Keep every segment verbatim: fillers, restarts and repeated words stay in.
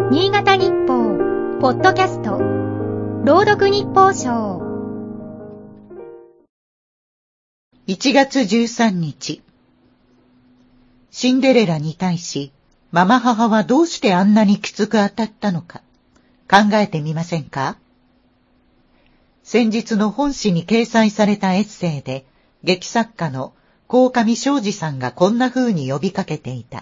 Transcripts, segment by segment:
新潟日報ポッドキャスト朗読日報賞いちがつじゅうさんにち、シンデレラに対しママ母はどうしてあんなにきつく当たったのか考えてみませんか？先日の本誌に掲載されたエッセイで劇作家の鴻上尚史さんがこんな風に呼びかけていた。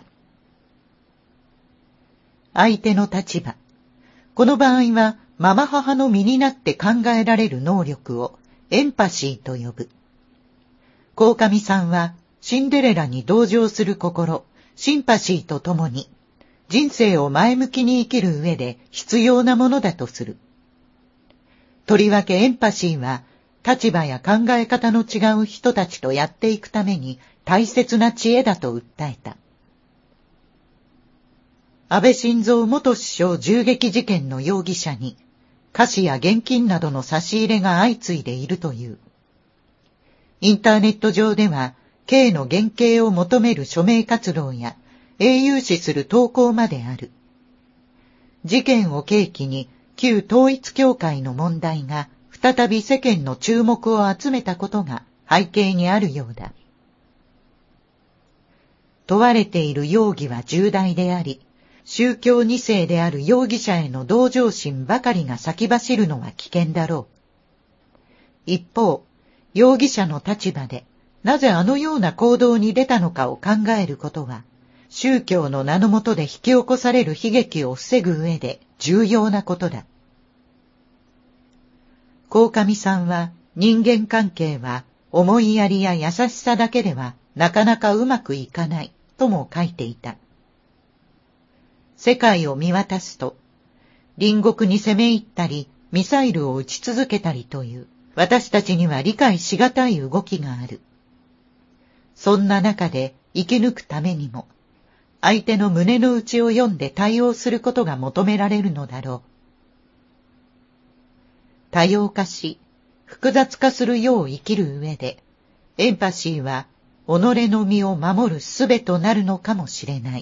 相手の立場。この場合はママ母の身になって考えられる能力をエンパシーと呼ぶ。鴻上さんはシンデレラに同情する心、シンパシーとともに人生を前向きに生きる上で必要なものだとする。とりわけエンパシーは立場や考え方の違う人たちとやっていくために大切な知恵だと訴えた。安倍晋三元首相銃撃事件の容疑者に菓子や現金などの差し入れが相次いでいるという。インターネット上では刑の減刑を求める署名活動や英雄視する投稿まである。事件を契機に旧統一教会の問題が再び世間の注目を集めたことが背景にあるようだ。問われている容疑は重大であり、宗教に世である容疑者への同情心ばかりが先走るのは危険だろう。一方、容疑者の立場でなぜあのような行動に出たのかを考えることは、宗教の名の下で引き起こされる悲劇を防ぐ上で重要なことだ。鴻上さんは人間関係は思いやりや優しさだけではなかなかうまくいかないとも書いていた。世界を見渡すと、隣国に攻め入ったりミサイルを撃ち続けたりという私たちには理解しがたい動きがある。そんな中で生き抜くためにも、相手の胸の内を読んで対応することが求められるのだろう。多様化し、複雑化するよう生きる上で、エンパシーは己の身を守る術となるのかもしれない。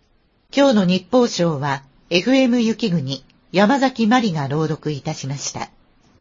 今日の日報賞は エフエム 雪国山崎まりが朗読いたしました。